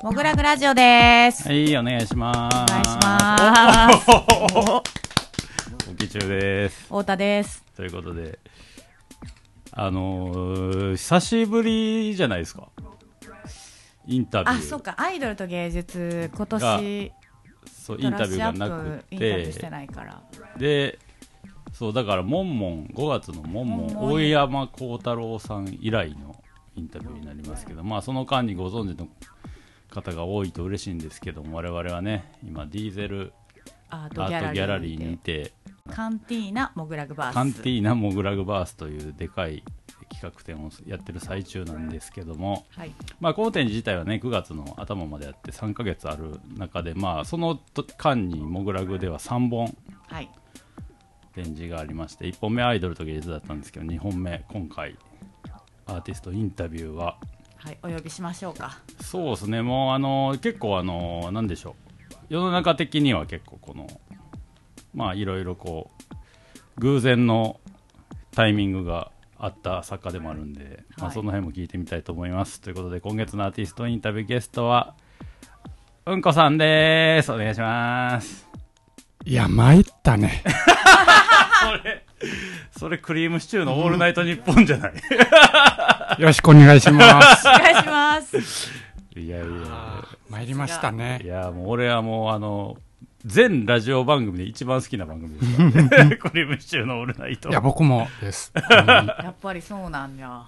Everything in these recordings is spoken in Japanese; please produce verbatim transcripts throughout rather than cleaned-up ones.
もぐらぐラジオです。 はい、お願いします。 お願いします。 おきちゅうです。 太田です。 ということで、あのー、久しぶりじゃないですか。インタビュー。 あ、そうか、アイドルと芸術、今年、 そう、インタビューがなくて、 インタビューしてないから。 で、そう、だから、もんもん、ごがつのもんもん、大山幸太郎さん以来のインタビューになりますけど、まあ、その間にご存知の方が多いと嬉しいんですけども、我々はね、今、ディーゼルアートギャラリーにて、 カンティーナモグラグバース。 カンティーナモグラグバースというでかい企画展をやってる最中なんですけども、 はい、まあ、この展自体はねくがつの頭までやってさんかげつある中で、まあ、その間にモグラグではさんぼん展示がありまして、いっぽんめアイドルと芸術だったんですけど、にほんめ今回アーティストインタビューは、 はい、お呼びしましょうか。 そうですね、もうあの結構あのなんでしょう、世の中的には結構このまあいろいろこう偶然のタイミングがあった作家でもあるんで、はい、まあ、その辺も聞いてみたいと思います。ということで、今月のアーティストインタビューゲストはうんこさんです。お願いします。 いや参ったねそれそれクリームシチューのオールナイトニッポンじゃない、 うん、よろしくお願いしますお願いします。 いやいや参りましたね。 いやもう俺はもうあの全ラジオ番組で一番好きな番組ですからねクリームシチューのオールナイト。 いや僕もです、うん、 やっぱりそうなんや、 うん、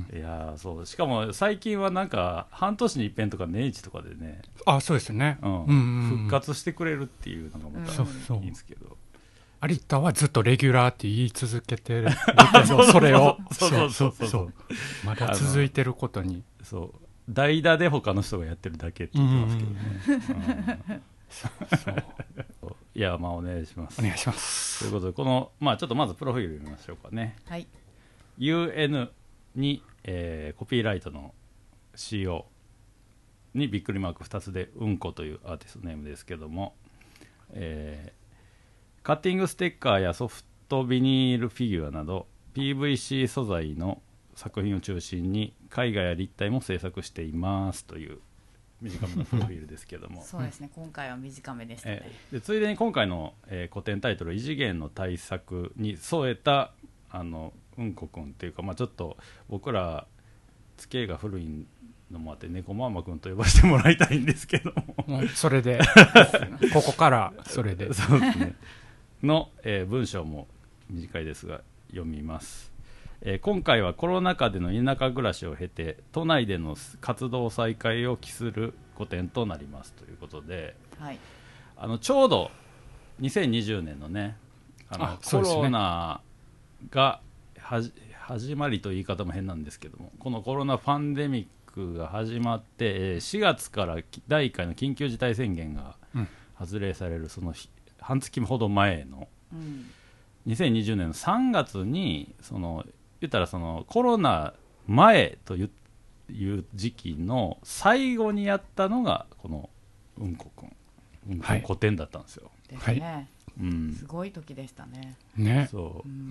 いやそうしかも最近はなんか半年に一遍とか年一とかでね、 あそうですね、 うんうんうん、復活してくれるっていうのがまたいいんですけど、 有田はずっとレギュラーって言い続けてるけどそれをまだ続いてることにそう代打で他の人がやってるだけって言ってますけどね、うんうん、そうそういやまあお願いします。 お願いします。 ということでこの、まあ、ちょっとまずプロフィール見ましょうかね。 はい、 ユーエヌ に、えー、コピーライトの シーオー にびっくりマークふたつでうんこというアーティストネームですけども、えー、カッティングステッカーやソフトビニールフィギュアなど ピーブイシー 素材の作品を中心に絵画や立体も制作していますという短めのプロフィールですけどもそうですね、今回は短めでしたね、 えー、でついでに今回の、えー、古典タイトル異次元の対策に添えたあのうんこくんっていうか、まあ、ちょっと僕ら付けが古いのもあって猫ママくんと呼ばせてもらいたいんですけどもそれでここからそれでそうですねの、えー、文章も短いですが読みます。えー、今回はコロナ禍での田舎暮らしを経て都内での活動再開を期する個展となりますということで、 はい、 あのちょうどにせんにじゅうねんのねあのあコロナがはじ始まりという言い方も変なんですけども、このコロナパンデミックが始まってしがつからだいいっかいの緊急事態宣言が発令されるその半月ほど前のにせんにじゅうねんのさんがつにその言ったらそのコロナ前という時期の最後にやったのがこのうんこくん、うんこ個展だったんですよ。 ですね、 うん、 すごい時でしたね。 ね、 そう、 うん、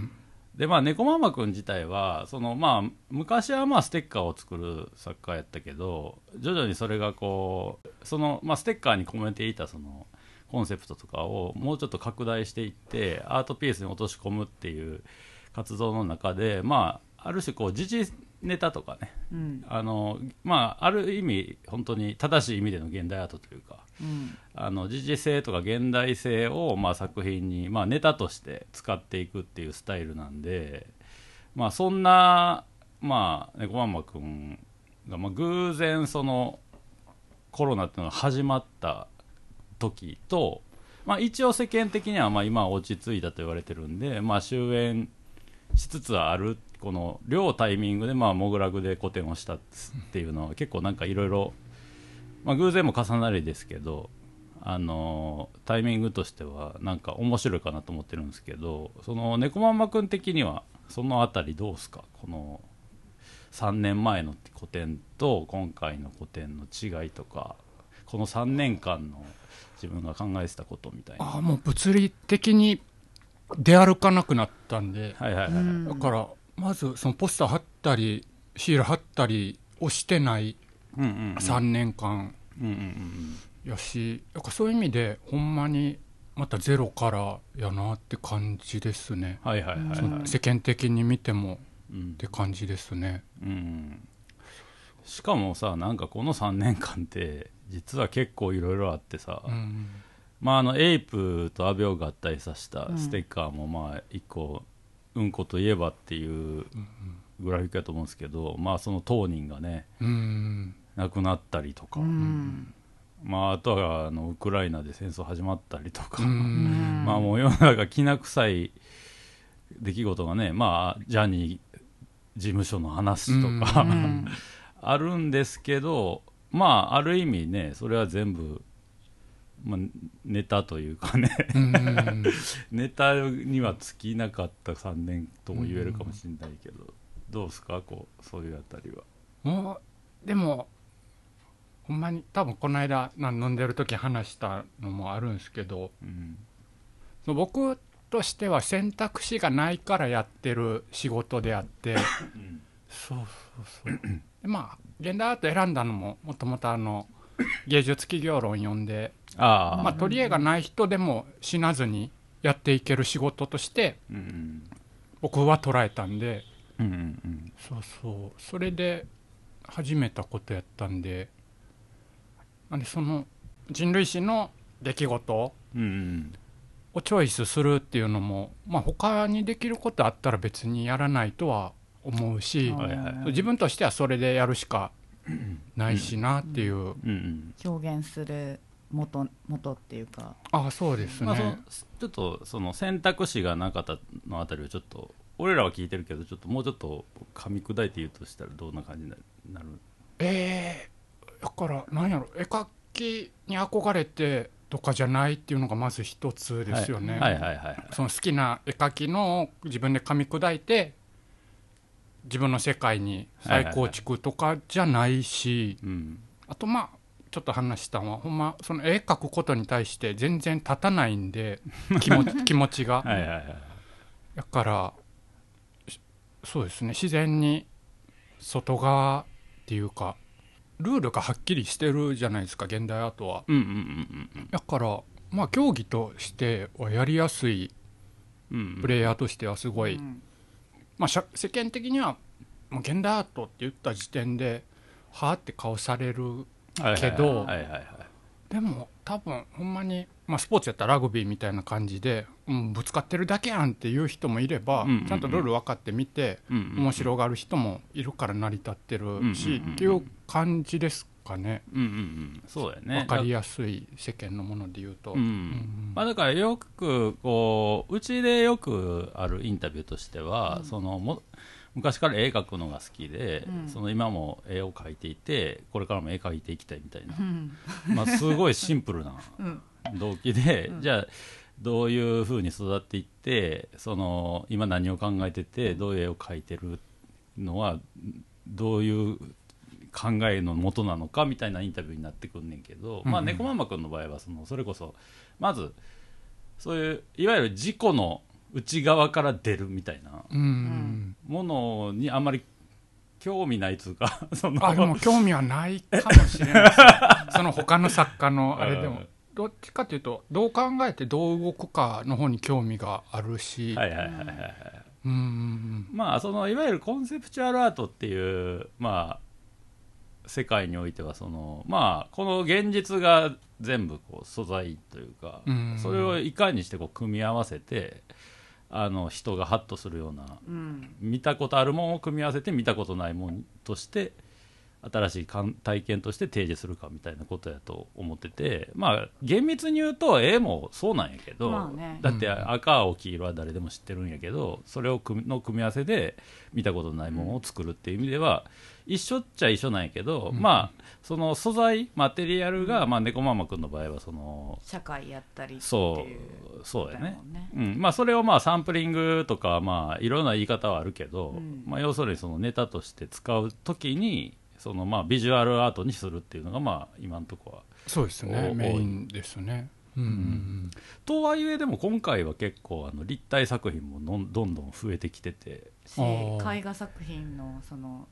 でまあ猫ママくん自体はその、まあ、昔はまあステッカーを作る作家やったけど、徐々にそれがこうその、まあ、ステッカーに込めていたそのコンセプトとかをもうちょっと拡大していってアートピースに落とし込むっていう活動の中で、まあ、ある種こう時事ネタとかね、うん、あのまあ、ある意味本当に正しい意味での現代アートというか、うん、あの時事性とか現代性を、まあ、作品に、まあ、ネタとして使っていくっていうスタイルなんで、まあ、そんな、まあ、猫ママくんが、まあ、偶然そのコロナっていうのが始まった時と、まあ、一応世間的にはまあ今落ち着いたと言われてるんで、まあ、終焉しつつあるこの両タイミングでまあモグラグで個展をしたっていうのは結構なんかいろいろ偶然も重なりですけど、あのー、タイミングとしてはなんか面白いかなと思ってるんですけど、その猫ママくん的にはそのあたりどうですか、このさんねんまえの個展と今回の個展の違いとか、このさんねんかんの自分が考えてたことみたいな。 あもう物理的に出歩かなくなったんで、 はいはいはいはい、 だからまずそのポスター貼ったりシール貼ったりをしてないさんねんかんうんうんうんやし、なんかそういう意味でほんまにまたゼロからやなって感じですね。 はいはいはいはい、 うん世間的に見てもうんって感じですね。 うんしかもさ、なんかこのさんねんかんって実は結構いろいろあってさ、 うんまああのエイプとアベを合体させたステッカーもまあ一個うんこといえばっていうグラフィックやと思うんですけど、まあその当人がねうん亡くなったりとか、 うんまああとはあのウクライナで戦争始まったりとか、 うんまあもう世の中きな臭い出来事がね、まあジャニー事務所の話とか、 うんあるんですけど、まあある意味ねそれは全部、まあ、ネタというかねうんネタには尽きなかったさんねんとも言えるかもしれないけど、どうですかこうそういうあたりは。 もうでもほんまに多分この間な飲んでる時話したのもあるんですけど、 うんその僕としては選択肢がないからやってる仕事であってうんそうそうそうでまあ現代アート選んだのももともとあの芸術企業論読んで、 ああ、 まあ、取り柄がない人でも死なずにやっていける仕事としてうん僕は捉えたんで、 うんうんうんそうそうそれで始めたことやったんで、なんでその人類史の出来事うんうんをチョイスするっていうのも、まあ、他にできることあったら別にやらないとは思うし、 はいはい自分としてはそれでやるしかないしなっていう、 うんうん表現する元元っていうか、 ああそうですね、 まあ、そのちょっとその選択肢がなかったのあたりをちょっと俺らは聞いてるけどちょっともうちょっと噛み砕いて言うとしたらどんな感じになる。 えー、だからなんやろ絵描きに憧れてとかじゃないっていうのがまず一つですよね、 はいはいはいはいはいその好きな絵描きのを自分で噛み砕いて自分の世界に再構築とかじゃないし、 うんあとまあちょっと話したのはほんまその絵描くことに対して全然立たないんで気持ち気持ちがはいはいはいだからしそうですね自然に外側っていうかルールがはっきりしてるじゃないですか現代アートは。 うんうんうんうんだからまあ競技としてはやりやすいうんうんプレイヤーとしてはすごい、 うんまあ、しゃ世間的にはもう現代アートって言った時点ではあって顔されるけどはいはいはいはいでも多分ほんまに、まあ、スポーツやったらラグビーみたいな感じで、うん、ぶつかってるだけやんっていう人もいれば、 うんうんうんちゃんとルール分かってみて、 うんうんうん面白がる人もいるから成り立ってるし、 うんうんうんうんっていう感じですかね、 うんうんうんそうだよね分かりやすい世間のもので言うと、 うんうんまあ、だからよくこううちでよくあるインタビューとしては、 うんそのも昔から絵描くのが好きで、 うんその今も絵を描いていてこれからも絵描いていきたいみたいなう、んまあ、すごいシンプルなうん動機で、 うんじゃあどういうふうに育っていってその今何を考えててどういう絵を描いてるのはどういう考えの元なのかみたいなインタビューになってくんねんけど、 うんまあ、猫ママ君の場合はそのそれこそまずそういういわゆる自己の内側から出るみたいなうんものにあんまり興味ないというかそのあでも興味はないかもしれないですねその他の作家のあれでもうんどっちかというとどう考えてどう動くかの方に興味があるし、 はいはいはいはいはいうんうんまあそのいわゆるコンセプチュアルアートっていうまあ世界においてはそのまあこの現実が全部こう素材というか、 うんそれをいかにしてこう組み合わせてあの人がハッとするようなうん見たことあるものを組み合わせて見たことないものとして新しい感体験として提示するかみたいなことやと思ってて、まあ厳密に言うと絵もそうなんやけど、 まあねだって赤青黄色は誰でも知ってるんやけどそれを組みの組み合わせで見たことないものを作るっていう意味では、一緒っちゃ一緒なんやけど、 うんまあその素材マテリアルが、まあ、猫ママ君の場合はその社会やったりっていうそうそうやねことだもんねうんまあ、それをまあサンプリングとか、まあ、いろんな言い方はあるけど、 うんまあ、要するにそのネタとして使うときにそのまあビジュアルアートにするっていうのがまあ今のところは。 そうですねおメインですね、うんうんうんとはいえでも今回は結構あの立体作品ものんどんどん増えてきてて、 しあー絵画作品のその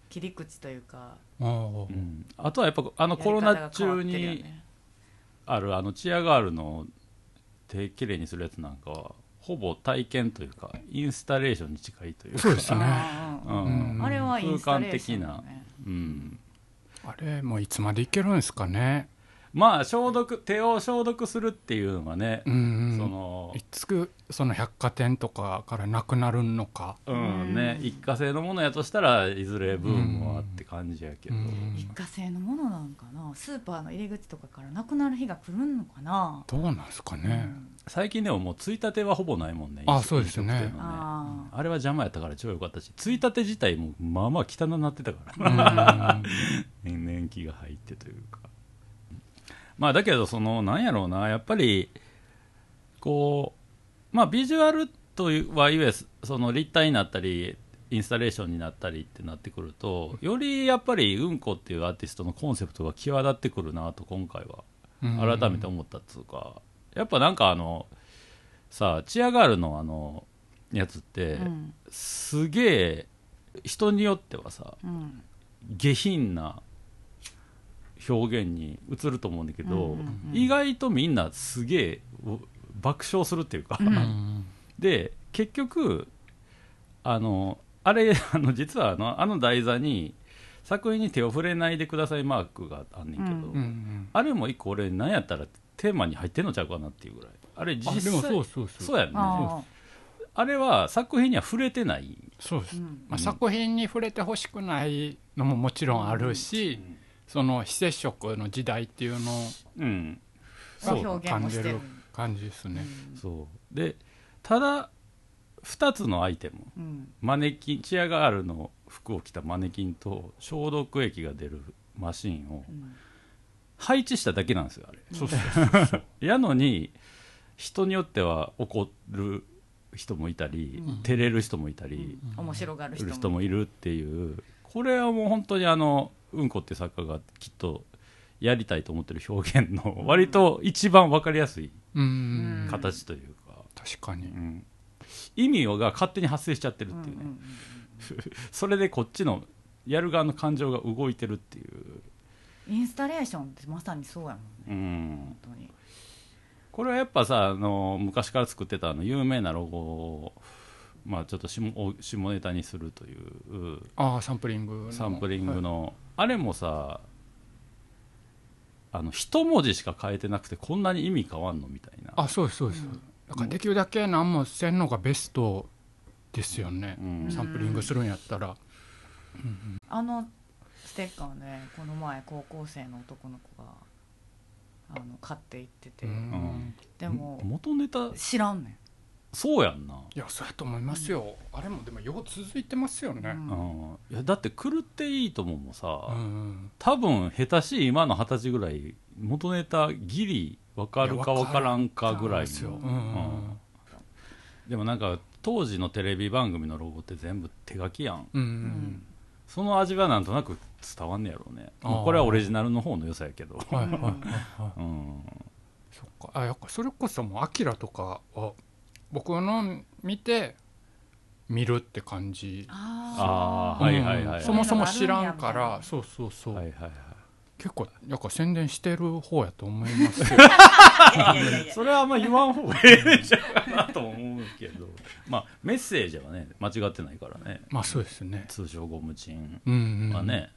切り口というか、 あー、 うん、あとはやっぱあのコロナ中にあるあのチアガールの手きれいにするやつなんかはほぼ体験というかインスタレーションに近いというか、 そうですね。 あ,、 うんうん、あれはインスタレーションだ空間的ね。 うん、 あれもういつまでいけるんですかね。 まあ消毒手を消毒するっていうのがね、 うん、 そのいつくその百貨店とかからなくなるのか。 うんね、一過性のものやとしたらいずれブームはあって感じやけど、 うん一過性のものなんかな。スーパーの入り口とかからなくなる日が来るのかな。 どうなんですかね。 うん最近でももうついたてはほぼないもんね。 あそうですね飲食店のあーあれは邪魔やったから超良かったし、ついたて自体もまあまあ汚なってたからうん年季が入ってというか、まあだけどそのなんやろうな、やっぱりこうまあビジュアルというはゆえその立体になったりインスタレーションになったりってなってくると、よりやっぱりうんこっていうアーティストのコンセプトが際立ってくるなと今回は改めて思ったっつうか、やっぱなんかあのさあチアガールのあのやつってうんすげえ人によってはさうん下品な表現に映ると思うんだけど、 うんうんうん意外とみんなすげえ爆笑するっていうか、 うんうんで結局あのあれあの実はあのあの台座に作品に手を触れないでくださいマークがあんねんけど、 うんうんうんあれも一個俺なんやったらテーマに入ってんのちゃうかなっていうぐらい、あれ実際あでもそうそうそうそうやんねああれは作品には触れてない、 そうです、 ーうんまあ、作品に触れてほしくないのももちろんあるし、その非接触の時代っていうのをうんそうそう表現もしてる感じる感じですね、 そうでただふたつのアイテム、 うんマネキンチアガールの服を着たマネキンと消毒液が出るマシンをうん配置しただけなんですよあれ。 そうそうそうやのに人によっては怒る人もいたり、 うん照れる人もいたり、 面白がる人もる人もいるっていう、これはもう本当にあのうんこって作家がきっとやりたいと思ってる表現の割と一番分かりやすいうんうん形というか、 確かに、 うん意味が勝手に発生しちゃってるっていうね、 うんうんうんそれでこっちのやる側の感情が動いてるっていう、 インスタレーションってまさにそうやもんねうん、 本当に。 これはやっぱさあの昔から作ってたあの有名なロゴを、まあ、ちょっと下下ネタにするというああサンプリングのサンプリングはいの、あれもさあの一文字しか変えてなくてこんなに意味変わんのみたいな、 あそうですそうです、だからできるだけ何もせんのがベストですよね、 うんサンプリングするんやったら、 あのステッカーね、この前高校生の男の子があの買っていってて、 うんうんでも元ネタ知らんねそうやんな、 いやそうやと思いますよ、あれもでもよう続いてますよね、 ん、 ううんん、いやだって狂っていいとももさ、 うん多分下手しい今の二十歳ぐらい元ネタギリ分かるか分からんかぐらいの、 ですよ、うんうんでもなんか当時のテレビ番組のロゴって全部手書きやん、 うんううんんその味はなんとなく伝わんねやろうね、 あーまあこれはオリジナルの方の良さやけど、 はいはいはいはいうんそっか、あやっぱそれこそもうアキラとかは僕の見て見るって感じ、 ああーはいはいはいうんそもそも知らんかそういうのがあるんやらそうそうそう、 はいはいはい、 結構なんか宣伝してる方やと思いますよあいやいやいやいやそれはあんま言わん方がええんちゃうかなと思うけどまあメッセージはね間違ってないからね、 まあそうですね、 通称ゴムチンうんうんはね、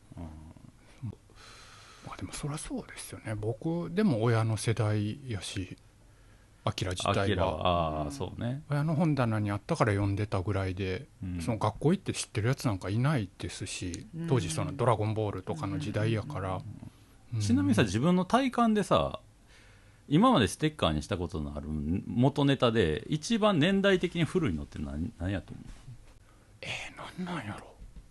まあ、でもそりゃそうですよね、僕でも親の世代やしアキラ自アキラ体ははああそうね、 親の本棚にあったから読んでたぐらいで、 うんその学校行って知ってるやつなんかいないですし、当時その「ドラゴンボール」とかの時代やから、うんちなみにさ自分の体感でさ今までステッカーにしたことのある元ネタで一番年代的に古いのって何何やと思う？ えー、なんなんやろ、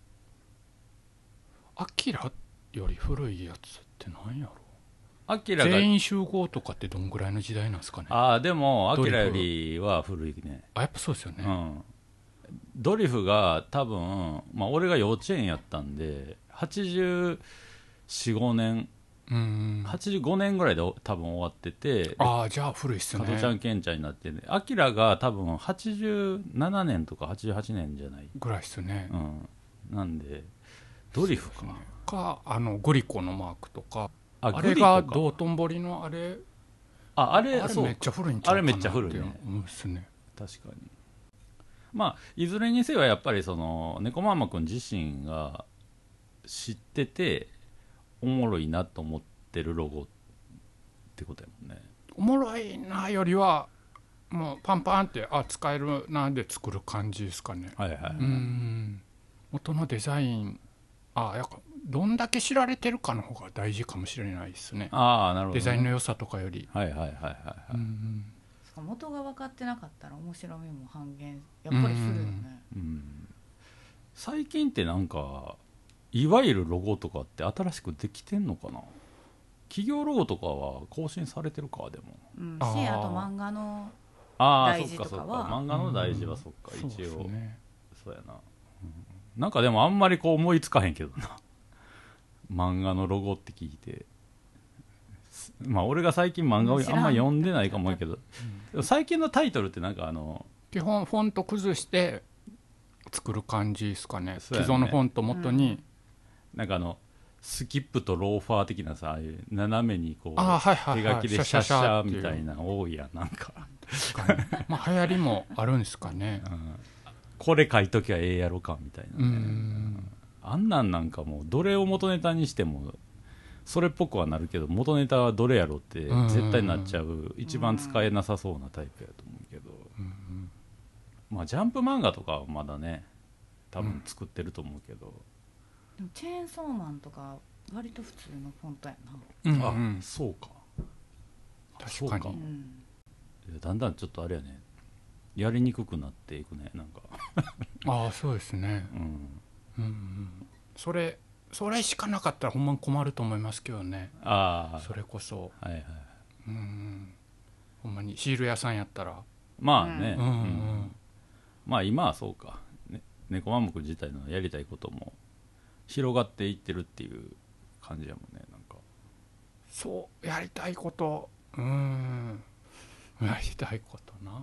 アキラより古いやつってなんやろ、 アキラが全員集合とかってどんぐらいの時代なんですかね。あああでもアドリフキラよりは古いね、 やっぱそうですよね、 うん、ドリフが多分、まあ、俺が幼稚園やったんではちじゅうよん、ごねんうんはちじゅうごねんぐらいで多分終わってて、 ああじゃあ古いっす加ねトちゃんケンちゃんになってね、アキラが多分はちじゅうななねんとかはちじゅうはちねんじゃない、 ぐらいっすね、 うん、なんでドリフかかあのグリコのマークとかああれグリコかが道頓堀のあれああれあれそうめっちゃ古いんちゃうかなあれめっちゃ古いねって思うっすね。 確かにまあいずれにせよやっぱりその猫ママくん自身が知ってておもろいなと思ってるロゴってことやもんね。 おもろいなよりはもうパンパンってあ使えるなで作る感じですかね。 はいはい、はい、 うん元のデザインあやっぱどんだけ知られてるかの方が大事かもしれないですね。 ああなるほど、ね、 デザインの良さとかより。 はいはいはいはい、はいうん元が分かってなかったら面白みも半減やっぱりするよね、 うん、最近ってなんかいわゆるロゴとかって新しくできてんのかな。企業ロゴとかは更新されてるかでも、 うん、しあーあと漫画のああ大事そっかそっかとかは漫画の大事はそっか、 うん一応そうですね。 そうやな、うん、なんかでもあんまりこう思いつかへんけどな漫画のロゴって聞いてまあ俺が最近漫画をあんま読んでないかもやけど、でも最近のタイトルってなんかあの基本フォント崩して作る感じですかね。 そうやね既存のフォント元に、 なんかあのスキップとローファー的なさああいう斜めにこうあーはいはいはい手書きでシャッシャーみたいな、 な多いやんなんか、 まあ流行りもあるんですかね。 うん、これ書いときゃええやろかみたいな、ね、 うんあんなんなんかもうどれを元ネタにしてもそれっぽくはなるけど元ネタはどれやろって絶対なっちゃう一番使えなさそうなタイプやと思うけど、 うんまあジャンプ漫画とかはまだね多分作ってると思うけど、 でもチェーンソーマンとか割と普通のフォントやな、 うんうんあそうか確かにそううん、 いやだんだんちょっとあれやねやりにくくなっていくねなんかああそうですね、 うんうんうん、それそれしかなかったらほんまに困ると思いますけどね。 ああそれこそ、 はいはいうんほんまにシール屋さんやったら、 まあね、 うんうんうんまあ今はそうか、ね、猫マムク自体のやりたいことも広がっていってるっていう感じやもんねなんかそうやりたいことうんやりたいことな、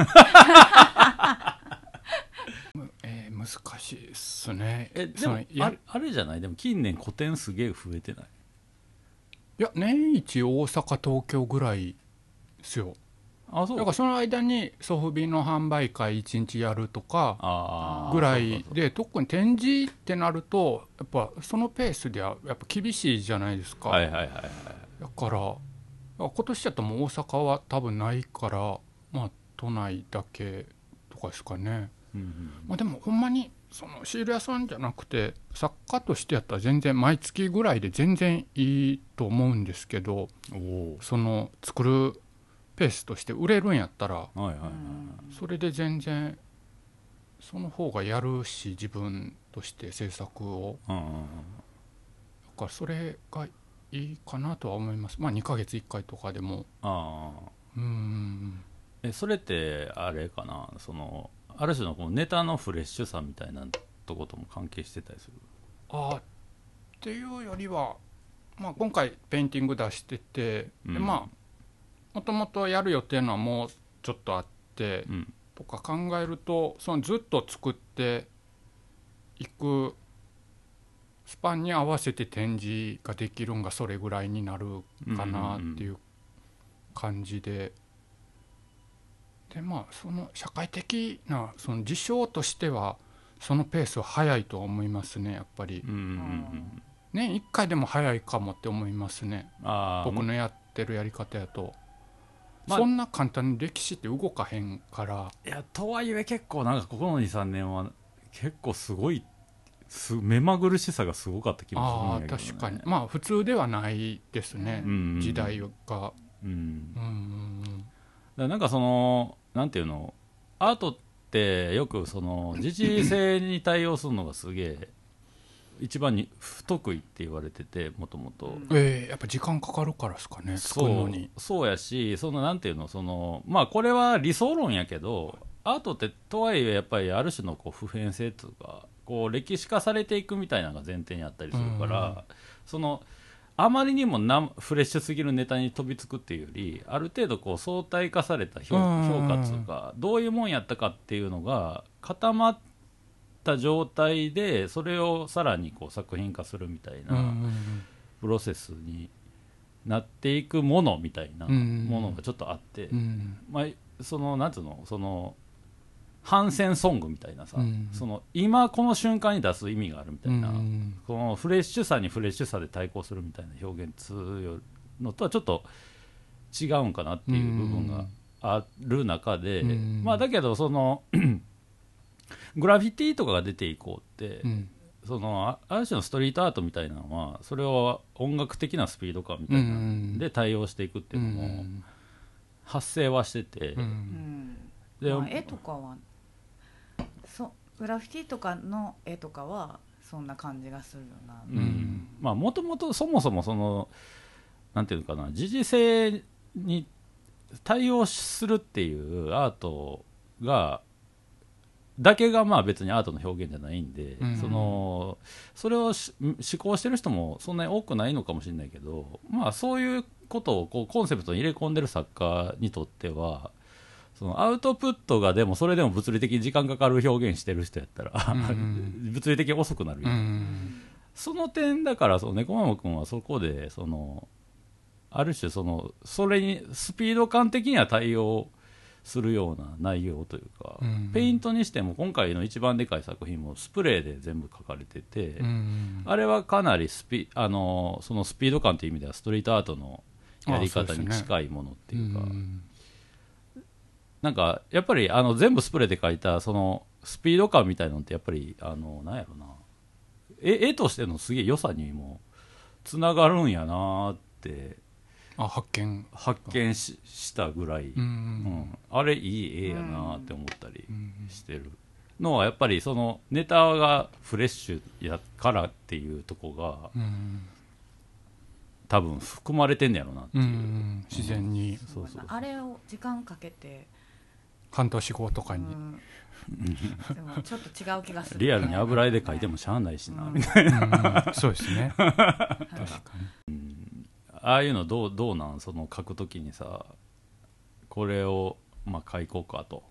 えー、難しいっすね。 えでそものやああれじゃないでも近年個展すげえ増えてないいや年一大阪東京ぐらいですよ。 あそうだからその間にソフビの販売会いちにちやるとかあーぐらいそうそうで、特に展示ってなるとやっぱそのペースではやっぱ厳しいじゃないですか、 そうはいはいはいはいだから今年だともう大阪は多分ないからまあ都内だけとかですかね、 うんうんまあ、でもほんまにそのシール屋さんじゃなくて作家としてやったら全然毎月ぐらいで全然いいと思うんですけど、 おおその作るペースとして売れるんやったらはいはいはいはいそれで全然その方がやるし自分として制作をうんうんうんだからそれがいいかなとは思います。まあにかげついっかいとかでもああうんえそれってあれかなそのある種のこのネタのフレッシュさみたいなとことも関係してたりするあっていうよりは、まあ、今回ペインティング出してて、 うんでまあもともとやる予定のはもうちょっとあって、 うんとか考えるとそのずっと作っていくスパンに合わせて展示ができるんがそれぐらいになるかなっていう感じで、でまあその社会的なその事象としてはそのペースは早いと思いますねやっぱり。 うんうんうん年いっかいでも早いかもって思いますねああ僕のやってるやり方やと、 まあそんな簡単に歴史って動かへんから。 いやとはいえ結構なんかここのにさんねんは結構すごいす目まぐるしさがすごかった気もするんああやけど、ね、 確かにまあ普通ではないですね、 うんうんうん時代がうんうんうんだからなんかそのなんていうのアートってよくその時事性に対応するのがすげえ一番に不得意って言われててもともとうんえー、やっぱ時間かかるからですかね作るのに。 そうやしそのなんていうのそのまあこれは理想論やけどアートってとはいえやっぱりある種のこう普遍性というかこう歴史化されていくみたいなのが前提にあったりするから、 うんそのあまりにもなフレッシュすぎるネタに飛びつくっていうよりある程度こう相対化された評うん評価というかどういうもんやったかっていうのが固まった状態でそれをさらにこう作品化するみたいなプロセスになっていくものみたいなものがちょっとあって、うん、まあ、そのなんつうのその反戦ソングみたいなさ、うん、その今この瞬間に出す意味があるみたいな、うん、このフレッシュさにフレッシュさで対抗するみたいな表現するのとはちょっと違うんかなっていう部分がある中で、うん、まあだけどそのグラフィティとかが出ていこうって、うん、そのある種のストリートアートみたいなのはそれを音楽的なスピード感みたいなので対応していくっていうのも発生はしてて、うん、 で、まあ、絵とかはそグラフィティとかの絵とかはそんな感じがするよな。 うん、まあもともとそもそもそのなんていうのかな、時事性に対応するっていうアートがだけがまあ別にアートの表現じゃないんで、うん、そのそれを思考してる人もそんなに多くないのかもしれないけど、まあそういうことをこうコンセプトに入れ込んでる作家にとってはそのアウトプットがでもそれでも物理的に時間かかる表現してる人やったら、うん、物理的に遅くなるよ、うん、その点だからその猫ママ君はそこでそのある種そのそれにスピード感的には対応するような内容というか、うん、ペイントにしても今回の一番でかい作品もスプレーで全部描かれてて、うん、あれはかなりスピあのそのスピード感という意味ではストリートアートのやり方に近いものっていうか、うん、なんかやっぱりあの全部スプレーで描いたそのスピード感みたいなのってやっぱりあのなんやろな、絵絵としてのすげえ良さにもつながるんやなってあ発見発見 し, したぐらい、うんうん、あれいい絵やなって思ったりしてるのはやっぱりそのネタがフレッシュやからっていうとこが、うん、多分含まれてんねやろなっていう、うん、 自然に、 うん、そうそうそう、あれを時間かけて半年後とかに、うん、 でもちょっと違う気がするリアルに油絵で描いてもしゃあないしな、うん、みたいな、 うん、そうですね確かに、うん、 ああいうのどう、どうなんその書くときにさこれをまあ書こうかと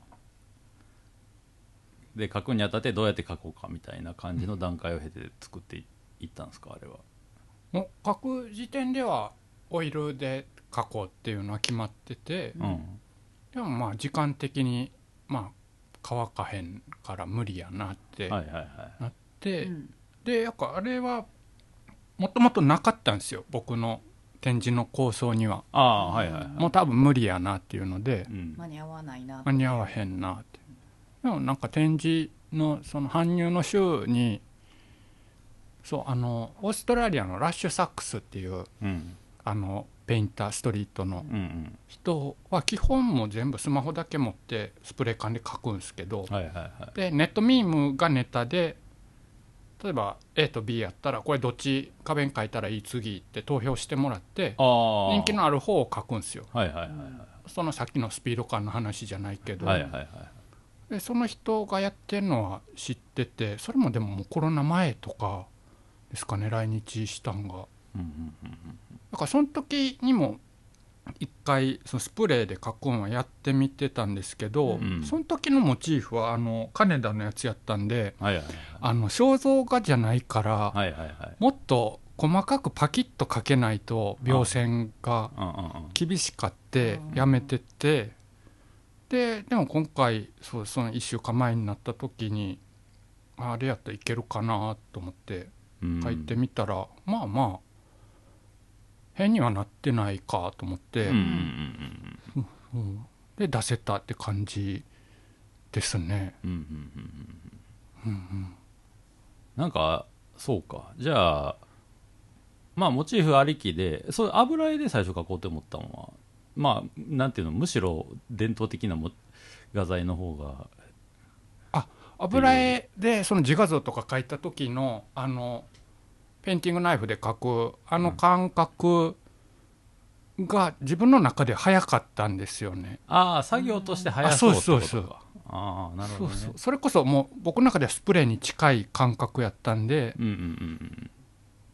で書くにあたってどうやって書こうかみたいな感じの段階を経て作っていったんですかあれは。 もう書く時点ではオイルで書こうっていうのは決まってて、うん、でもまあ時間的にまあ乾かへんから無理やなってなって、はいはいはい、うん、でやっぱあれはもともとなかったんですよ僕の展示の構想には。あ、はいはいはい、もう多分無理やなっていうので、うん、 間に合わないな間に合わへんなって。でもなんか展示のその搬入の週にそうあのオーストラリアのラッシュサックスっていう、うん、あのペインターストリートの人は基本も全部スマホだけ持ってスプレー缶で描くんですけど、はいはいはい、でネットミームがネタで例えば A と B やったらこれどっち壁に書いたらいい次って投票してもらって人気のある方を書くんですよ、はいはいはいはい、そのさっきのスピード感の話じゃないけど、はいはいはい、でその人がやってるのは知っててそれもでももうコロナ前とかですかね来日したんが、うんうんうん、だからその時にも一回そのスプレーで描くんはやってみてたんですけど、うん、その時のモチーフはあの金田のやつやったんで、はいはいはい、あの肖像画じゃないから、はいはいはい、もっと細かくパキッと描けないと描線が厳しかってやめてて、ででも今回そうそのいっしゅうかんまえになった時にあれやったらいけるかなと思って描いてみたら、うん、まあまあ変にはなってないかと思って、うんうんうん、で出せたって感じですね、うんうんうんうん、なんかそうかじゃあまあモチーフありきでそういう油絵で最初描こうと思ったのはまあなんていうのむしろ伝統的なも画材の方があ油絵でその自画像とか描いた時のあのペインティングナイフで描くあの感覚が自分の中で早かったんですよね。 ああ作業として早そうってことか。 そうそうそう。ああなるほどね。そうそうそれこそもう僕の中ではスプレーに近い感覚やったんで、うんうんうん、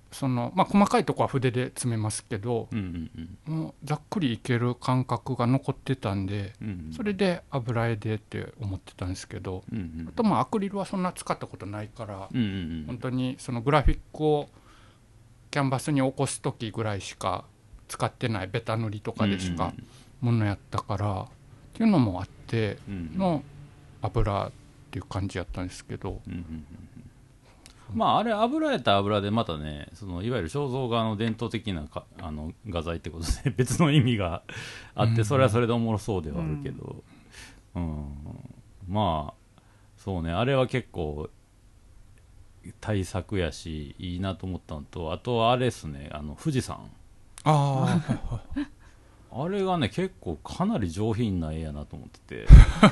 その、まあ、細かいとこは筆で詰めますけど、 うんうんうん、 もうざっくりいける感覚が残ってたんで、 うんうん、 それで油絵でって思ってたんですけど、 うんうん、 あとまあアクリルはそんな使ったことないから、 うんうんうん、 本当にそのグラフィックをキャンバスに起こす時ぐらいしか使ってないベタ塗りとかでしかものやったから、っていうのもあっての油っていう感じやったんですけど、 うんうんうん、まああれ油絵と油でまたね、そのいわゆる肖像画の伝統的なかあの画材ってことで別の意味があって、それはそれでおもろそうではあるけど、うん、うん、まあそうね、あれは結構対策やしいいなと思ったのと、あとはあれですね、あの富士山、 ああれがね結構かなり上品な絵やなと思ってて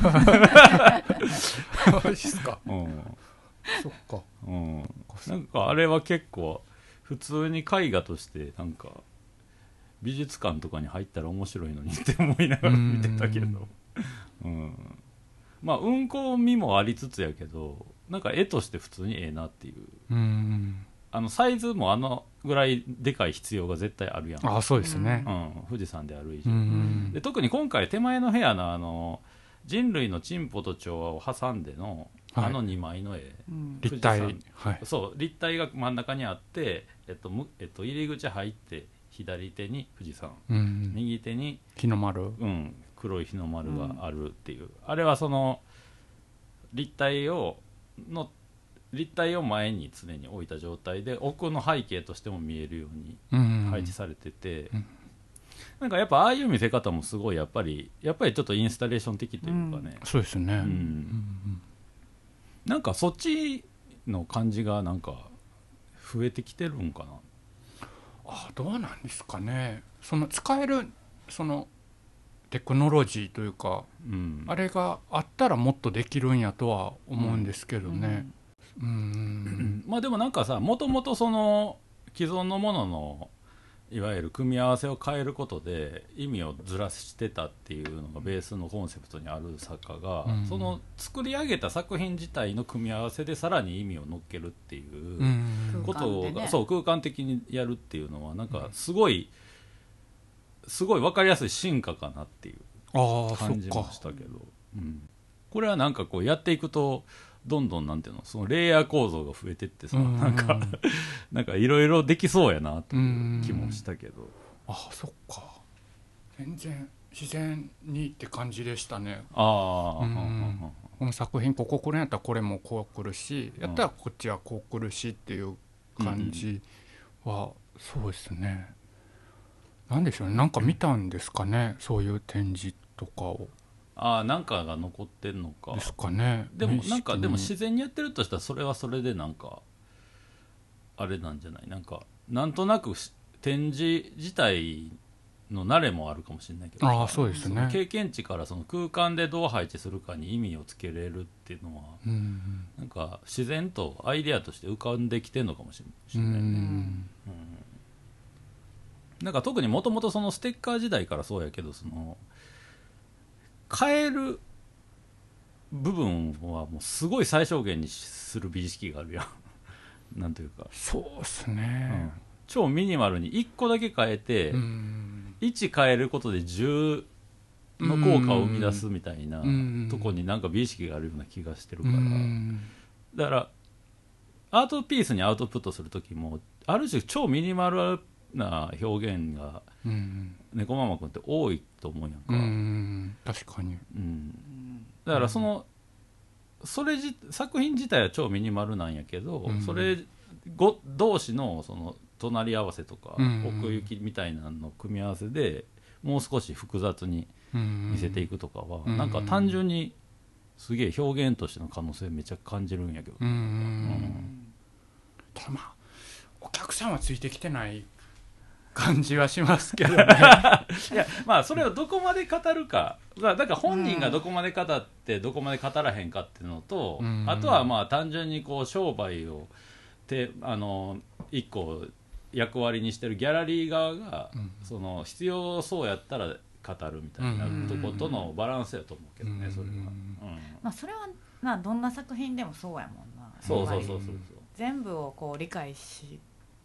マジっすか、 うん、 そっか、 うん、なんかあれは結構普通に絵画としてなんか美術館とかに入ったら面白いのにって思いながら見てたけど、うん、まあうんこみもありつつやけど、なんか絵として普通にええなっていう、 うん、 あのサイズもあのぐらいでかい必要が絶対あるやん。 あ、そうですね、 うん、富士山である以上、 うん、 で特に今回手前の部屋のあの人類のチンポと調和を挟んでのあのにまいの絵、 うん、 立体、 はい、そう立体が真ん中にあって、えっとむえっと、入り口入って左手に富士山、うん、右手に日の丸、 うん、黒い日の丸があるっていう、うん、あれはその立体をの立体を前に常に置いた状態で奥の背景としても見えるように配置されてて、うん、なんかやっぱああいう見せ方もすごいやっぱりやっぱりちょっとインスタレーション的というかね、 うん、そうですね、うんうんうんなんかそっちの感じがなんか増えてきてるんかな。 あ、どうなんですかね。その使えるそのテクノロジーというか、うん、あれがあったらもっとできるんやとは思うんですけどね、うんうん、 まあでもなんかさ、もともとその既存のもののいわゆる組み合わせを変えることで意味をずらしてたっていうのがベースのコンセプトにある作家が、うん、その作り上げた作品自体の組み合わせでさらに意味を乗っけるっていうことを、うんね、そう空間的にやるっていうのはなんかすごい、うん、すごい分かりやすい進化かなっていう感じましたけど、うん、これはなんかこうやっていくとどんどんなんていうのそのレイヤー構造が増えてってさ、うん、なんかなんかいろいろできそうやなという気もしたけど、うん、 ああそっか、全然自然にって感じでしたね。 ああ、うんうん、この作品こここれやったらこれもこう来るし、やったらこっちはこう来るしっていう感じは、うん、そうですね。なんでしょうね、なんか見たんですかね、そういう展示とかを。 ああ、なんかが残ってんのかですかね。 でもなんかでも自然にやってるとしたらそれはそれでなんかあれなんじゃない、なんかなんとなく展示自体の慣れもあるかもしれないけど、 ああそうですね、 経験値からその空間でどう配置するかに意味をつけれるっていうのは、うん、なんか自然とアイデアとして浮かんできてるのかもしれないね、うんうん、なんか特にもともとそのステッカー時代からそうやけど、その変える部分はもうすごい最小限にする美意識があるやんなんというか、 そうっすね、うん、 超ミニマルにいっこだけ変えて、うん、いち変えることでじゅうの効果を生み出すみたいなとこになんか美意識があるような気がしてるから、うん、だからアートピースにアウトプットする時もある種超ミニマルな表現が、うん、猫ママくんって多いと思うやんか、うん、 確かに、うん、 だからその、うん、それじ作品自体は超ミニマルなんやけど、うん、それご同士のその隣り合わせとか、うん、奥行きみたいなの組み合わせでもう少し複雑に見せていくとかは、うん、なんか単純にすげえ表現としての可能性めちゃ感じるんやけど、うんうん、 ただまあお客さんはついてきてない感じはしますけどねいやまあそれをどこまで語るかだから本人がどこまで語ってどこまで語らへんかっていうのと、うん、あとはまあ単純にこう商売をてあの一個役割にしてるギャラリー側が、うん、その必要そうやったら語るみたいなとことのバランスやと思うけどね、それは、うんまあ、それはまあどんな作品でもそうやもんな。 そうそうそうそうそう、 全部をこう理解し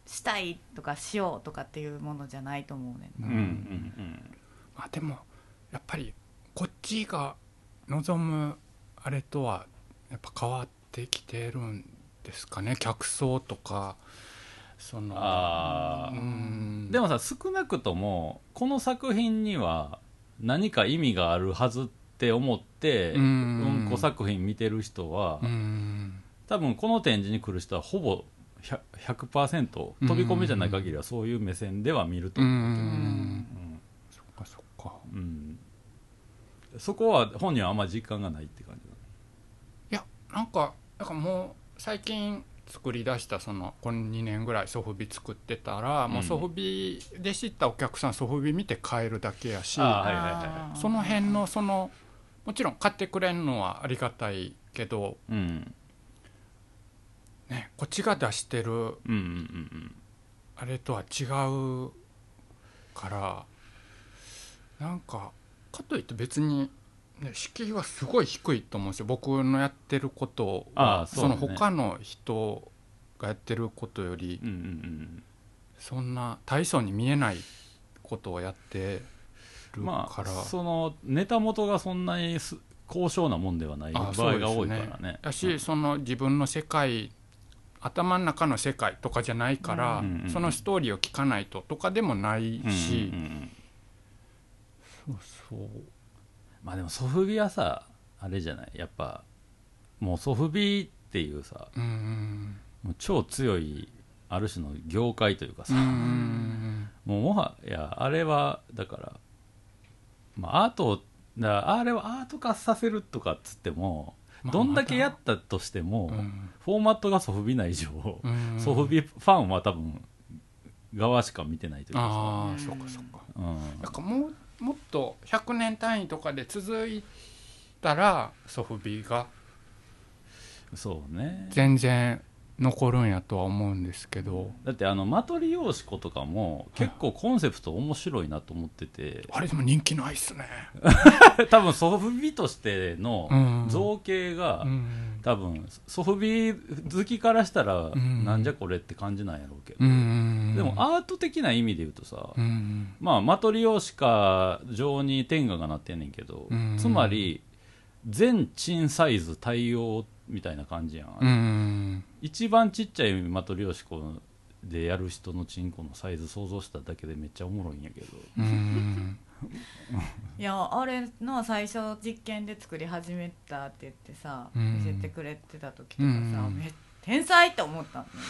したいとかしようとかっていうものじゃないと思うねんな、 うんうんうんまあ、でもやっぱりこっちが望むあれとはやっぱ変わってきてるんですかね、客層とかそのあーうんでもさ少なくともこの作品には何か意味があるはずって思ってううんんこ作品見てる人はうん多分この展示に来る人はほぼ ひゃくパーセント 飛び込みじゃない限りはそういう目線では見るとう思うけど、 んそっかそっか。 うんうんそこは本人はあんまり実感がないって感じだ。 いやなんかなんかもう最近作り出したそのこのにねんぐらいソフビ作ってたら、 うんもうソフビで知ったお客さんソフビ見て帰るだけやし、 あーはいはいはいはその辺のそのもちろん買ってくれるのはありがたいけど、 うんね、こっちが出してるうんうんうんあれとは違うからなんかかといって別に、ね、敷居はすごい低いと思うんですよ。僕のやってることはそ,、 ああそうだねの他の人がやってることより、 うんうんうんそんな大層に見えないことをやってるまあから、 そのネタ元がそんなにす高尚なもんではない場あ合が多いからね。 だし、その自分の世界頭の中の世界とかじゃないから、 うんうんうん、 そのストーリーを聞かないととかでもないし、 うんうんうんそうそうまあでもソフビはさあれじゃないやっぱもうソフビっていうさうんうんもう超強いある種の業界というかさ、 うんうんもうもはやあれはだから、まあ、アートをだからあれはアート化させるとかっつっても、 まあどんだけやったとしても、 うんフォーマットがソフビない以上、 うんソフビファンは多分側しか見てないというかああ、 うんそうかそうか。 さ、うんなんかもうもっとひゃくねん単位とかで続いたらソフビがそうね。 全然残るんやとは思うんですけど、 だってあのマトリヨーシコとかも結構コンセプト面白いなと思ってて、 あれでも人気ないっすね。 多分ソフビとしてのうん造形が、 うん多分ソフビ好きからしたら、 んなんじゃこれって感じなんやろうけど、 うんでもアート的な意味で言うとさ、 うんまあマトリヨーシカ上に天下がなってんねんけど、 うんつまり全鎮サイズ対応みたいな感じやん、 うん一番ちっちゃいマトリヨーシコでやる人のチンコのサイズ想像しただけでめっちゃおもろいんやけど、 うんいやあれの最初実験で作り始めたって言ってさ、 うん見せてくれてた時とかさ、 うんめ天才って思ったのね。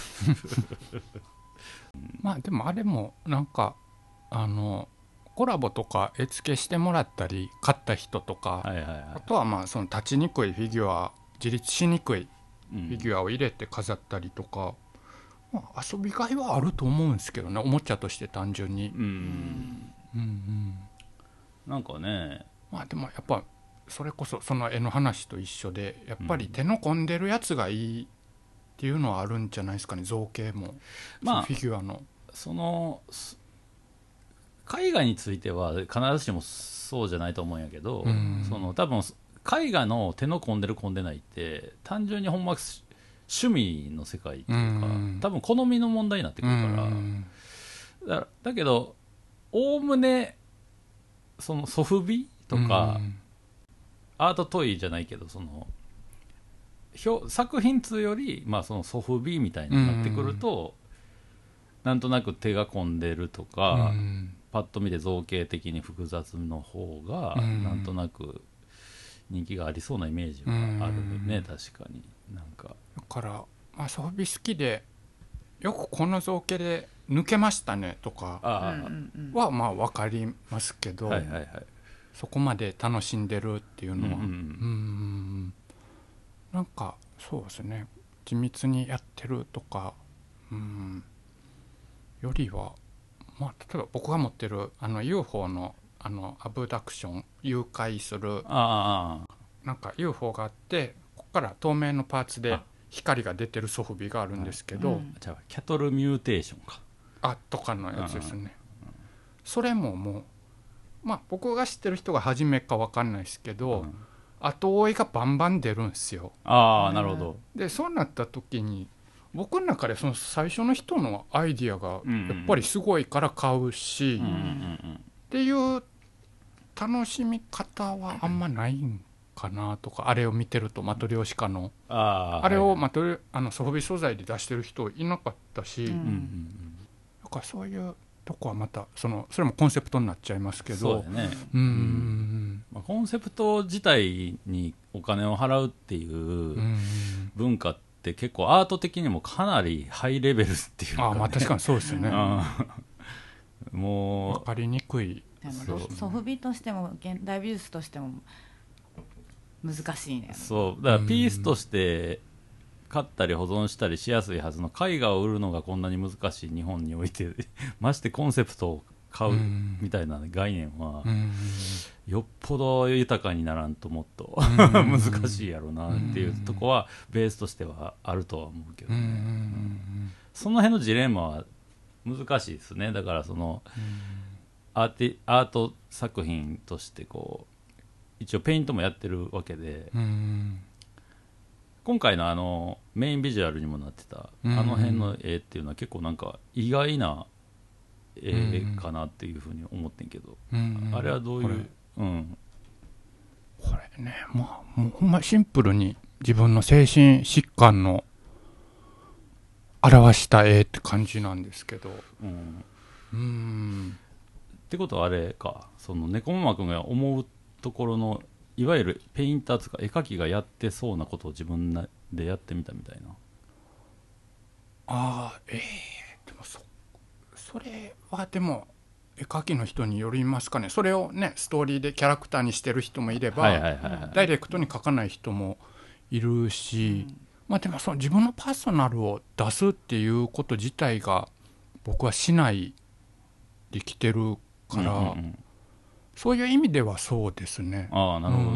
まあでもあれもなんかあのコラボとか絵付けしてもらったり買った人とか、 はいはいはいあとはまあその立ちにくいフィギュア自立しにくいうんフィギュアを入れて飾ったりとか、まあ、遊びがいはあると思うんですけどね、おもちゃとして単純に、 うんうんうん、 なんかねまあでもやっぱそれこそその絵の話と一緒でやっぱり手の込んでるやつがいいっていうのはあるんじゃないですかね、造形も、 まあフィギュアの。 そのす絵画については必ずしもそうじゃないと思うんやけど、 うんその多分絵画の手の込んでる込んでないって単純にほんま趣味の世界っていうか、 うん多分好みの問題になってくるから、 うんだだけどおおむねそのソフビとか、 うんアートトイじゃないけどその表作品通より、まあ、そのソフビみたいになってくると、なんとなく手が込んでるとか、 うんパッと見て造形的に複雑の方が、 うんなんとなく人気がありそうなイメージはあるね、 うん確かになんかだから、まあ、ソフビ好きでよくこの造形で抜けましたねとかああ、 うんうんうんはまあ分かりますけど、 はいはいはいそこまで楽しんでるっていうのは、 うんうんうんうんなんかそうですね、緻密にやってるとか、うんよりは、まあ、例えば僕が持ってるあの ユーフォー のあのアブダクション誘拐するああなんか ユーフォー があって、ここから透明のパーツであ光が出てるソフビがあるんですけど、 うんじゃあキャトルミューテーションかあとかのやつですね、それももうまあ僕が知ってる人が初めか分かんないですけど、 うん後追いがバンバン出るんですよ。 ああなるほどでそうなった時に僕の中でその最初の人のアイディアがやっぱりすごいから買うし、 うんうんうんうんっていう楽しみ方はあんまないんかなとか、あれを見てるとマトリョーシカのあーあれはいはいをマトリあのソフビ素材で出してる人いなかったし、 うんうんうんだからそういうとこはまたそのそれもコンセプトになっちゃいますけうん、 ど、 そうだね、 うーんまあ、コンセプト自体にお金を払うっていううん文化って結構アート的にもかなりハイレベルっていうか、ね、 ああまあ確かにそうですよね、 うん、も分かりにくい。 でもそうソフビとしても現代美術としても難しいねうそうだからピースとして買ったり保存したりしやすいはずの絵画を売るのがこんなに難しい日本においてましてコンセプトを買うみたいな概念はうんよっぽど豊かにならんともっとうん難しいやろなっていうとこはベースとしてはあるとは思うけどうんうね、 んその辺のジレンマは難しいですね。だからそのアーティアート作品としてこう一応ペイントもやってるわけで、 うんうん今回のあのメインビジュアルにもなってたあうんの辺の絵っていうのは結構なんか意外な絵かなっていうふうに思ってんけど、 うんあれはどういこれう、うん、 これねまあもうほんまシンプルに自分の精神疾患の表した絵って感じなんですけど、 うん、 うーんってことはあれか、その猫ママ君が思うところのいわゆるペインターとか絵描きがやってそうなことを自分でやってみたみたいな。 ああえー、でもそそれはでも絵描きの人によりますかね。それをねストーリーでキャラクターにしてる人もいれば、 はいはいはいはい、 ダイレクトに描かない人もいるし、まあでもその自分のパーソナルを出すっていうこと自体が僕はしないできてるから、 うんうんうん、 そういう意味ではそうですね。 ああなるほど、 うん、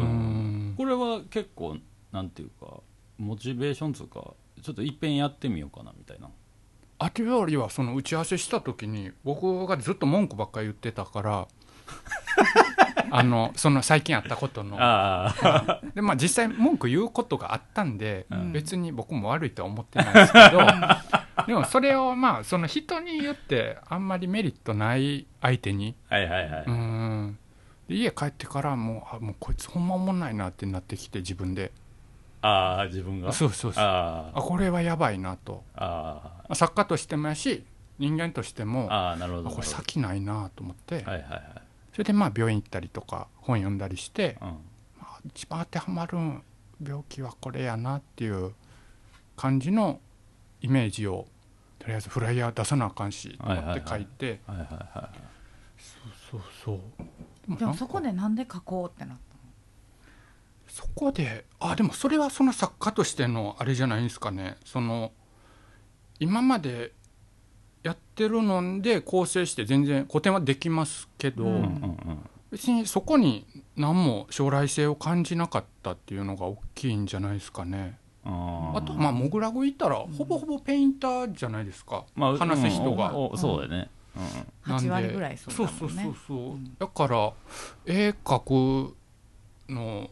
これは結構なんていうかモチベーションというかちょっといっぺんやってみようかなみたいな。 あとよりはその打ち合わせした時に僕がずっと文句ばっかり言ってたからあのその最近あったことのあで、まあ、実際文句言うことがあったんで、 うん、 別に僕も悪いとは思ってないですけどでもそれをまあその人に言ってあんまりメリットない相手に、 はいはいはい、 うんで家帰ってからもう、あもうこいつほんまおもんないなってなってきて自分でああ自分がそうそうそうああこれはやばいなとあ作家としてもやし人間としてもああなるほどあこれ先ないなと思って、 はいはいはい、 それでまあ病院行ったりとか本読んだりして、 うん、 まあ、一番当てはまる病気はこれやなっていう感じのイメージをとりあえずフライヤー出さなあかんしと思って書いて、 はいはいはい、 そうそうそうでもそこでなんで書こうってなったの？ そこであでもそれはその作家としてのあれじゃないんですかね。その今までやってるので構成して全然古典はできますけど、 うんうんうん別にそこに何も将来性を感じなかったっていうのが大きいんじゃないですかね。 ああとまあモグラグいたらほぼほぼペインターじゃないですか、 まあ、 話す人が、 うんおおそうだよね、うんなんではち割ぐらいそうだそうもんね。 そうそうそう、 んだから絵描くの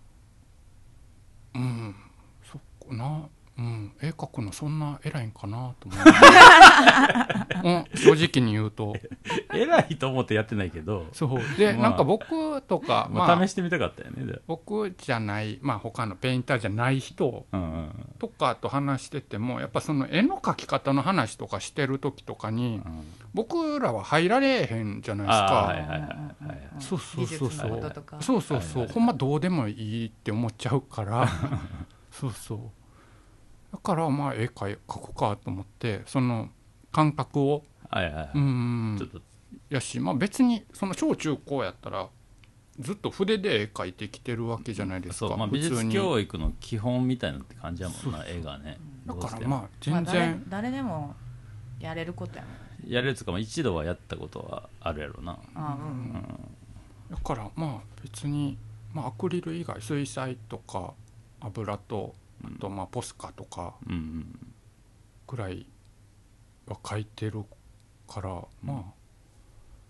うんそこなうん絵描くのそんな偉いんかなと思う、うん、正直に言うと偉いと思ってやってないけど、 そうで、 まあなんか僕とか、 まあ、 まあ試してみたかったよねで、 僕じゃないまあ他のペインターじゃない人うんうんとかと話しててもやっぱその絵の描き方の話とかしてる時とかにうん、 僕らは入られへんじゃないですあーか。 はいはいはいはいそうそうそうそう技術のこととか。 そうそうそう、 はいはいはいほんまどうでもいいって思っちゃうからそうそうだからまあ絵描い描くかと思ってその感覚をはいはいはい、 うんちょっとやし、まあ、別にその小中高やったらずっと筆で絵描いてきてるわけじゃないですか。 そう、まあ、美術普通に教育の基本みたいなって感じやもんな絵がね。 だどうしてもからまあまあ全誰然、 誰でもやれることやもん。 やれるつか、まあ、一度はやったことはあるやろな、 あううんん、 だからまあ別に、まあ、アクリル以外水彩とか油とあとまあポスカとかうんうんくらいは描いてるから、まあ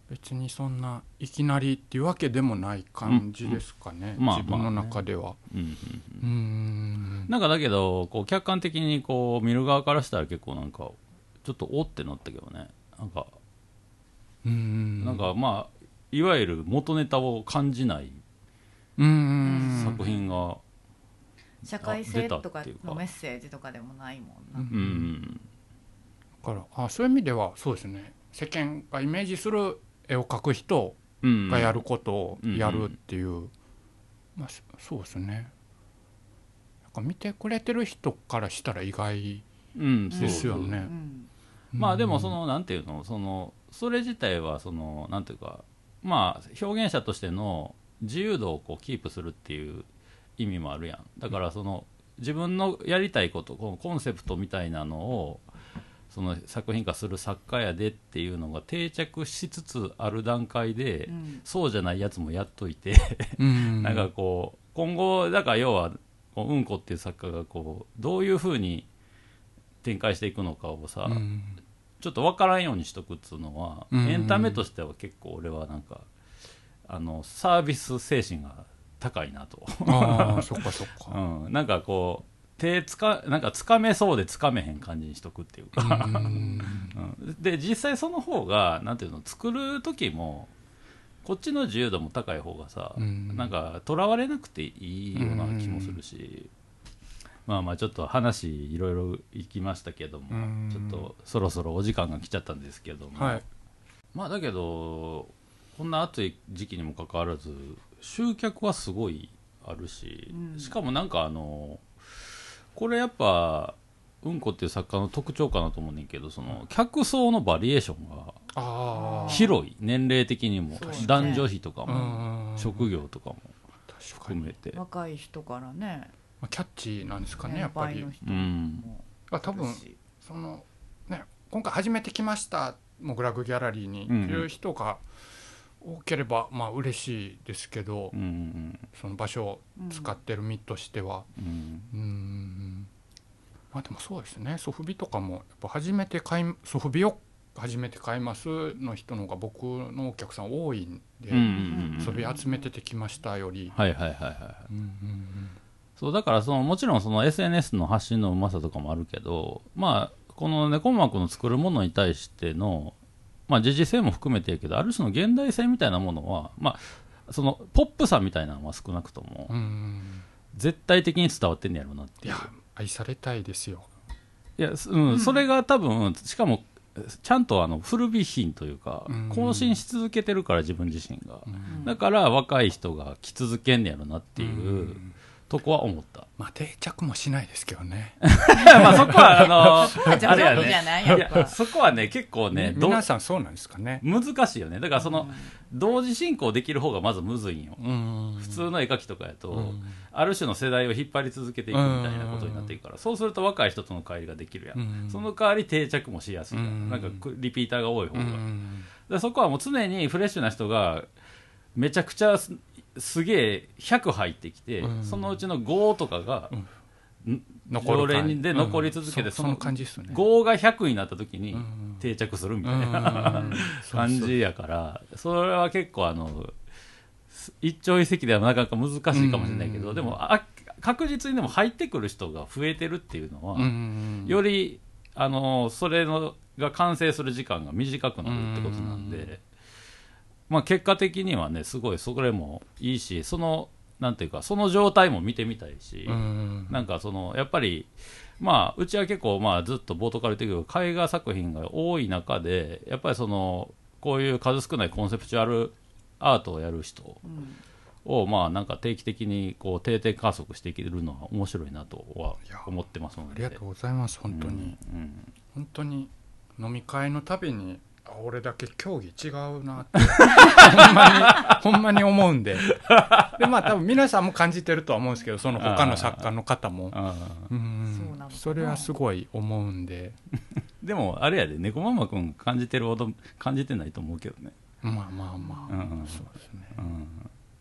別にそんないきなりっていうわけでもない感じですかね、 うん、まあ、 自分の中では、まあね、うんうんうん、うんなんかだけどこう客観的にこう見る側からしたら結構なんかちょっとおってなったけどね、なんかうん、 なんかまあいわゆる元ネタを感じない作品が社会性とかのメッセージとかでもないもんな、うんうん、 だからあそういう意味ではそうですね、世間がイメージする絵を描く人がやることをやるっていう、うんうんまあ、そうですね、なんか見てくれてる人からしたら意外ですよね、うんうんうん、 まあでもそのなんていうの、そのそれ自体はそのなんていうか、まあ表現者としての自由度をこうキープするっていう意味もあるやん。だからその自分のやりたいこと、このコンセプトみたいなのをその作品化する作家やでっていうのが定着しつつある段階で、うん、そうじゃないやつもやっといてなんかこう今後だから要はうんこっていう作家がこうどういうふうに展開していくのかをさ、うん、ちょっと分からんようにしとくっつうのは、うん、エンタメとしては結構俺はなんかあのサービス精神が高いなとあそっかそっか、 うん、なんかこう手つかなんかつかめそうでつかめへん感じにしとくっていうかうん、で実際その方がなんていうの、作る時もこっちの自由度も高い方がさ、んなんかとらわれなくていいような気もするし、まあまあちょっと話いろいろいきましたけども、ちょっとそろそろお時間が来ちゃったんですけども、はい、まあだけどこんな暑い時期にもかかわらず集客はすごいあるし、うん、しかもなんかあのこれやっぱうんこっていう作家の特徴かなと思うねんけど、その客層のバリエーションが広い、年齢的にも男女比とかも職業とかも含めて若い人からねキャッチーなんですかね、やっぱり、うん、多分その、ね、今回初めて来ましたモグラグギャラリーにいる人が多ければまあ嬉しいですけど、うんうん、その場所を使ってる身としては、うんうん、まあでもそうですね、ソフビとかもやっぱ初めて買いソフビを初めて買いますの人の方が僕のお客さん多いんで、うんうんうん、ソフビ集めててきましたより、 はいはいはいはい、うんうんうん、そうだからそのもちろんその エスエヌエス の発信のうまさとかもあるけど、まあこの猫膜の作るものに対してのまあ、時事性も含めてやけど、ある種の現代性みたいなものは、まあ、そのポップさみたいなのは少なくとも絶対的に伝わってんねやろうなっていう。 いや愛されたいですよ。 いや、うん、それが多分しかもちゃんとあの古美品というか更新し続けてるから、自分自身がだから若い人が来続けんねやろうなっていうとこは思った。 まあ定着もしないですけどねまあそこはあのあれやね、いやそこはね結構ね、 皆さんそうなんですかね、 難しいよね。だからその、うん、同時進行できる方がまずむずいんよ、うん、普通の絵描きとかやと、うん、ある種の世代を引っ張り続けていくみたいなことになっていくから、うん、そうすると若い人との帰りができるやん、うん、その代わり定着もしやすいやん、うん、なんかリピーターが多い方が、うん、でそこはもう常にフレッシュな人がめちゃくちゃすげえひゃく入ってきて、うん、そのうちのごとかが、うん、常連で残り続けて、うん、 その感じっすね、 ごがひゃくになった時に定着するみたいな、うん、感じやから、それは結構あの一朝一夕ではなかなか難しいかもしれないけど、うん、でもあ確実にでも入ってくる人が増えてるっていうのは、うん、よりあのそれのが完成する時間が短くなるってことなんで、うん、まあ、結果的にはねすごいそれもいいし、そのなんていうかその状態も見てみたいし、うんなんかそのやっぱりまあうちは結構まあずっと冒頭から言ってるけど絵画作品が多い中で、やっぱりそのこういう数少ないコンセプチュアルアートをやる人をまあなんか定期的にこう定点観測していけるのは面白いなとは思ってますので。 ありがとうございます。本当に、うんうん、本当に飲み会のたびに俺だけ競技違うなってほんまにほんまに思うんで、でまあ多分皆さんも感じてるとは思うんですけど、その他の作家の方もうん、それはすごい思うんででもあれやで、猫ママくん感じてるほど感じてないと思うけどね。 まあまあまあ、うん、そうですね、うん、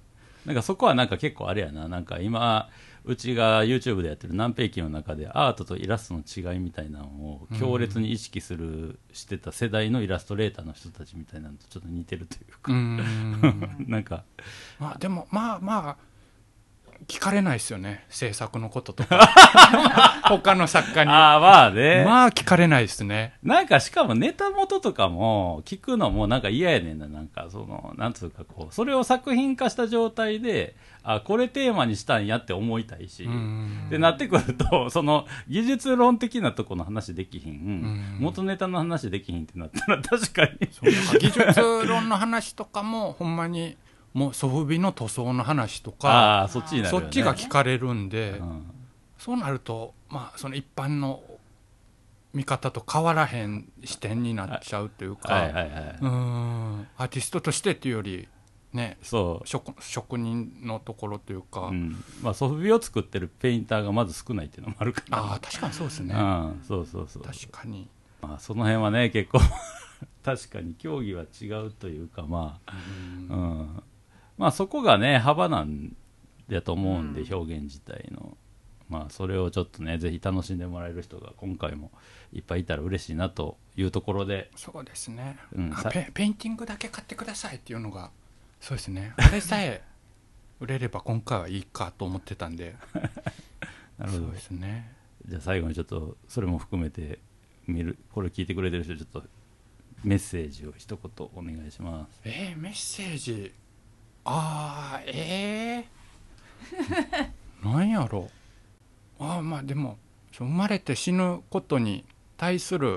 なんかそこはなんか結構あれやな、なんか今うちが YouTube でやってる南平記の中でアートとイラストの違いみたいなのを強烈に意識するしてた世代のイラストレーターの人たちみたいなのとちょっと似てるというか、 うーんなんかまあでもまあまあ聞かれないですよね、制作のこととか他の作家に。 ああまあね、 まあ聞かれないですね。 なんかしかもネタ元とかも聞くのもなんか嫌やねんな。なんかそのなんつうかこうそれを作品化した状態で、あこれテーマにしたんやって思いたいし、でなってくるとその技術論的なとこの話できひん、元ネタの話できひんってなったら確かにそうなんか技術論の話とかもほんまにもうソフビの塗装の話とか、 あそっちになるよね、 そっちが聞かれるんで、 うん、 そうなるとまあその一般の見方と変わらへん視点になっちゃうというか、 はいはいはい、 うーんアーティストとしてっていうよりね、 そう職職人のところというか、 うんまあ、ソフビを作ってるペインターがまず少ないっていうのもあるからああ確かにそうですね、 うん、そうそうそう、 確かに、 まあ、その辺はね結構確かに競技は違うというかまあ、うん、うんまあそこがね幅なんだと思うんで、うん、表現自体のまあそれをちょっとねぜひ楽しんでもらえる人が今回もいっぱいいたら嬉しいなというところで、 そうですね、 うん、 ペ, ペインティングだけ買ってくださいっていうのがそうですね、あれさえ売れれば今回はいいかと思ってたんでなるほど、 そうですね。 じゃあ最後にちょっとそれも含めて見るこれ聞いてくれてる人ちょっとメッセージを一言お願いします。 えー、メッセージあーえー、なんやろあまあでも生まれて死ぬことに対する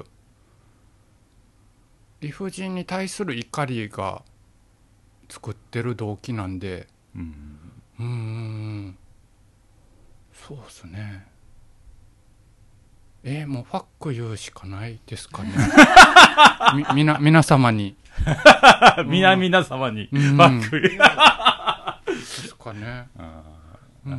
理不尽に対する怒りが作ってる動機なんで、うん、うーんそうですね。えー、もうファック言うしかないですかねみみな皆様に皆々様にファック言うですかね。うん、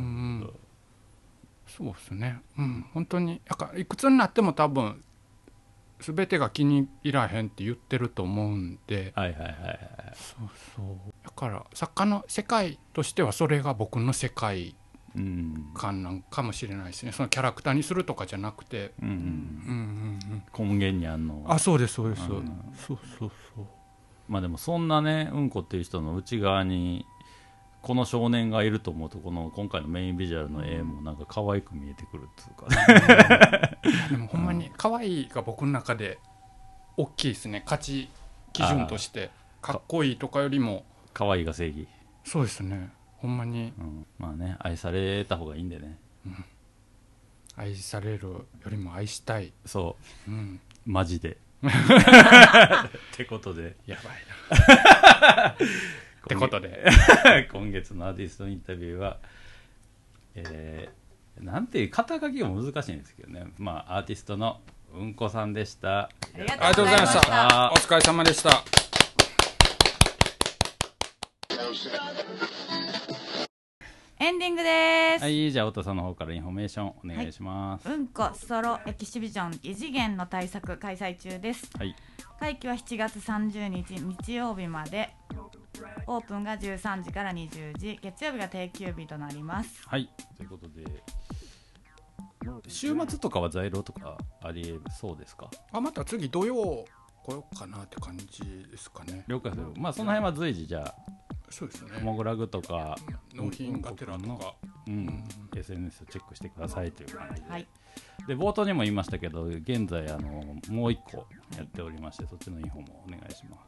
そうですね、うん、本当にやかいくつになっても多分全てが気に入らへんって言ってると思うんで、 はいはいはいはい、 そうそうだから作家の世界としてはそれが僕の世界観なんかもしれないですね。そのキャラクターにするとかじゃなくて、うんうんうん、根源にあんの。 あそうですそうです、うん、そうそうそう。 まあでもそんなねうんこっていう人の内側にこの少年がいると思うと、この今回のメインビジュアルの絵もなんか可愛く見えてくるっていうか、 でもほんまに可愛いが僕の中で大きいですね、価値基準として。かっこいいとかよりも可愛いが正義。 そうですねほんまに、 うん、まあね愛された方がいいんでね、うん、 愛されるよりも愛したい。 そう、うん、マジでってことでやばいなってことで今月のアーティストインタビューは、えー、なんていう肩書きが難しいんですけどね、まあアーティストのうんこさんでした。 ありがとうございました。 お疲れ様でした。 エンディングです。 はい、じゃあ太田さんの方からインフォメーションお願いします。 はい、うんこソロエキシビジョン異次元の対策開催中です。はい、会期はしちがつさんじゅうにち日曜日まで、オープンがじゅうさんじからにじゅうじ、月曜日が定休日となります。 はい、ということで週末とかは在廊とかありえそうですか？ あまた次土曜来ようかなって感じですかね。 了解です。まあその辺は随時じゃあそうですね、 モグラグとか納品がてらとか、 うん、エスエヌエス をチェックしてくださいという感じで、はい、で冒頭にも言いましたけど現在あのもう一個やっておりまして、そっちのインフォもお願いします。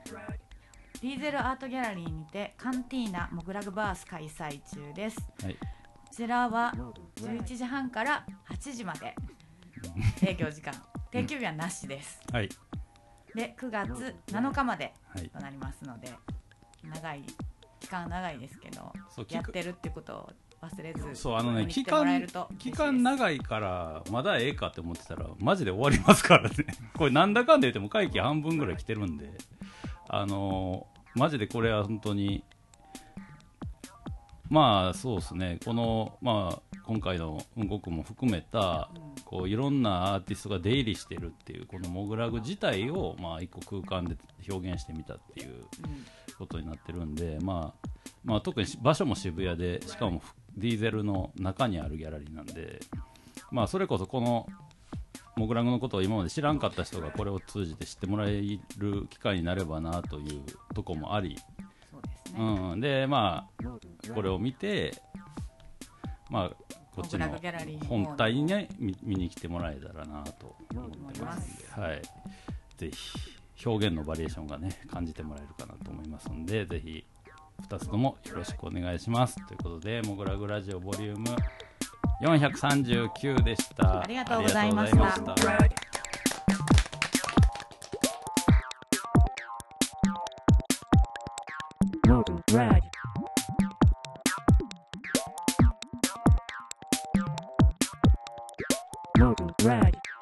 ディーゼルアートギャラリーにてカンティーナモグラグバース開催中です。はい、こちらはじゅういちじはんからはちじまで営業時間定休日はなしです。はい、でくがつなのかまでとなりますので、はい、長い期間長いですけどやってるってことを忘れず、 そうあのね期間期間長いからまだええかって思ってたらマジで終わりますからねこれなんだかんで言っても会期半分ぐらい来てるんで、あのー、マジでこれは本当にまあそうですね、このまあ今回のうんこくも含めたこういろんなアーティストが出入りしてるっていうこのモグラグ自体をまあ一個空間で表現してみたっていうことになってるんで、まあまあ、特に場所も渋谷で、しかもディーゼルの中にあるギャラリーなんで、まあ、それこそこのモグラグのことを今まで知らんかった人がこれを通じて知ってもらえる機会になればなというとこもあり、 そうですね、 うん、でまあこれを見て、まあ、こっちの本体に、ね、見, 見に来てもらえたらなと思ってますので、はい、ぜひ表現のバリエーションがね感じてもらえるかなと思いますので、ぜひふたつともよろしくお願いしますということで、モグラグラジオボリュームよんひゃくさんじゅうきゅうでした。 ありがとうございました。Mogu Rad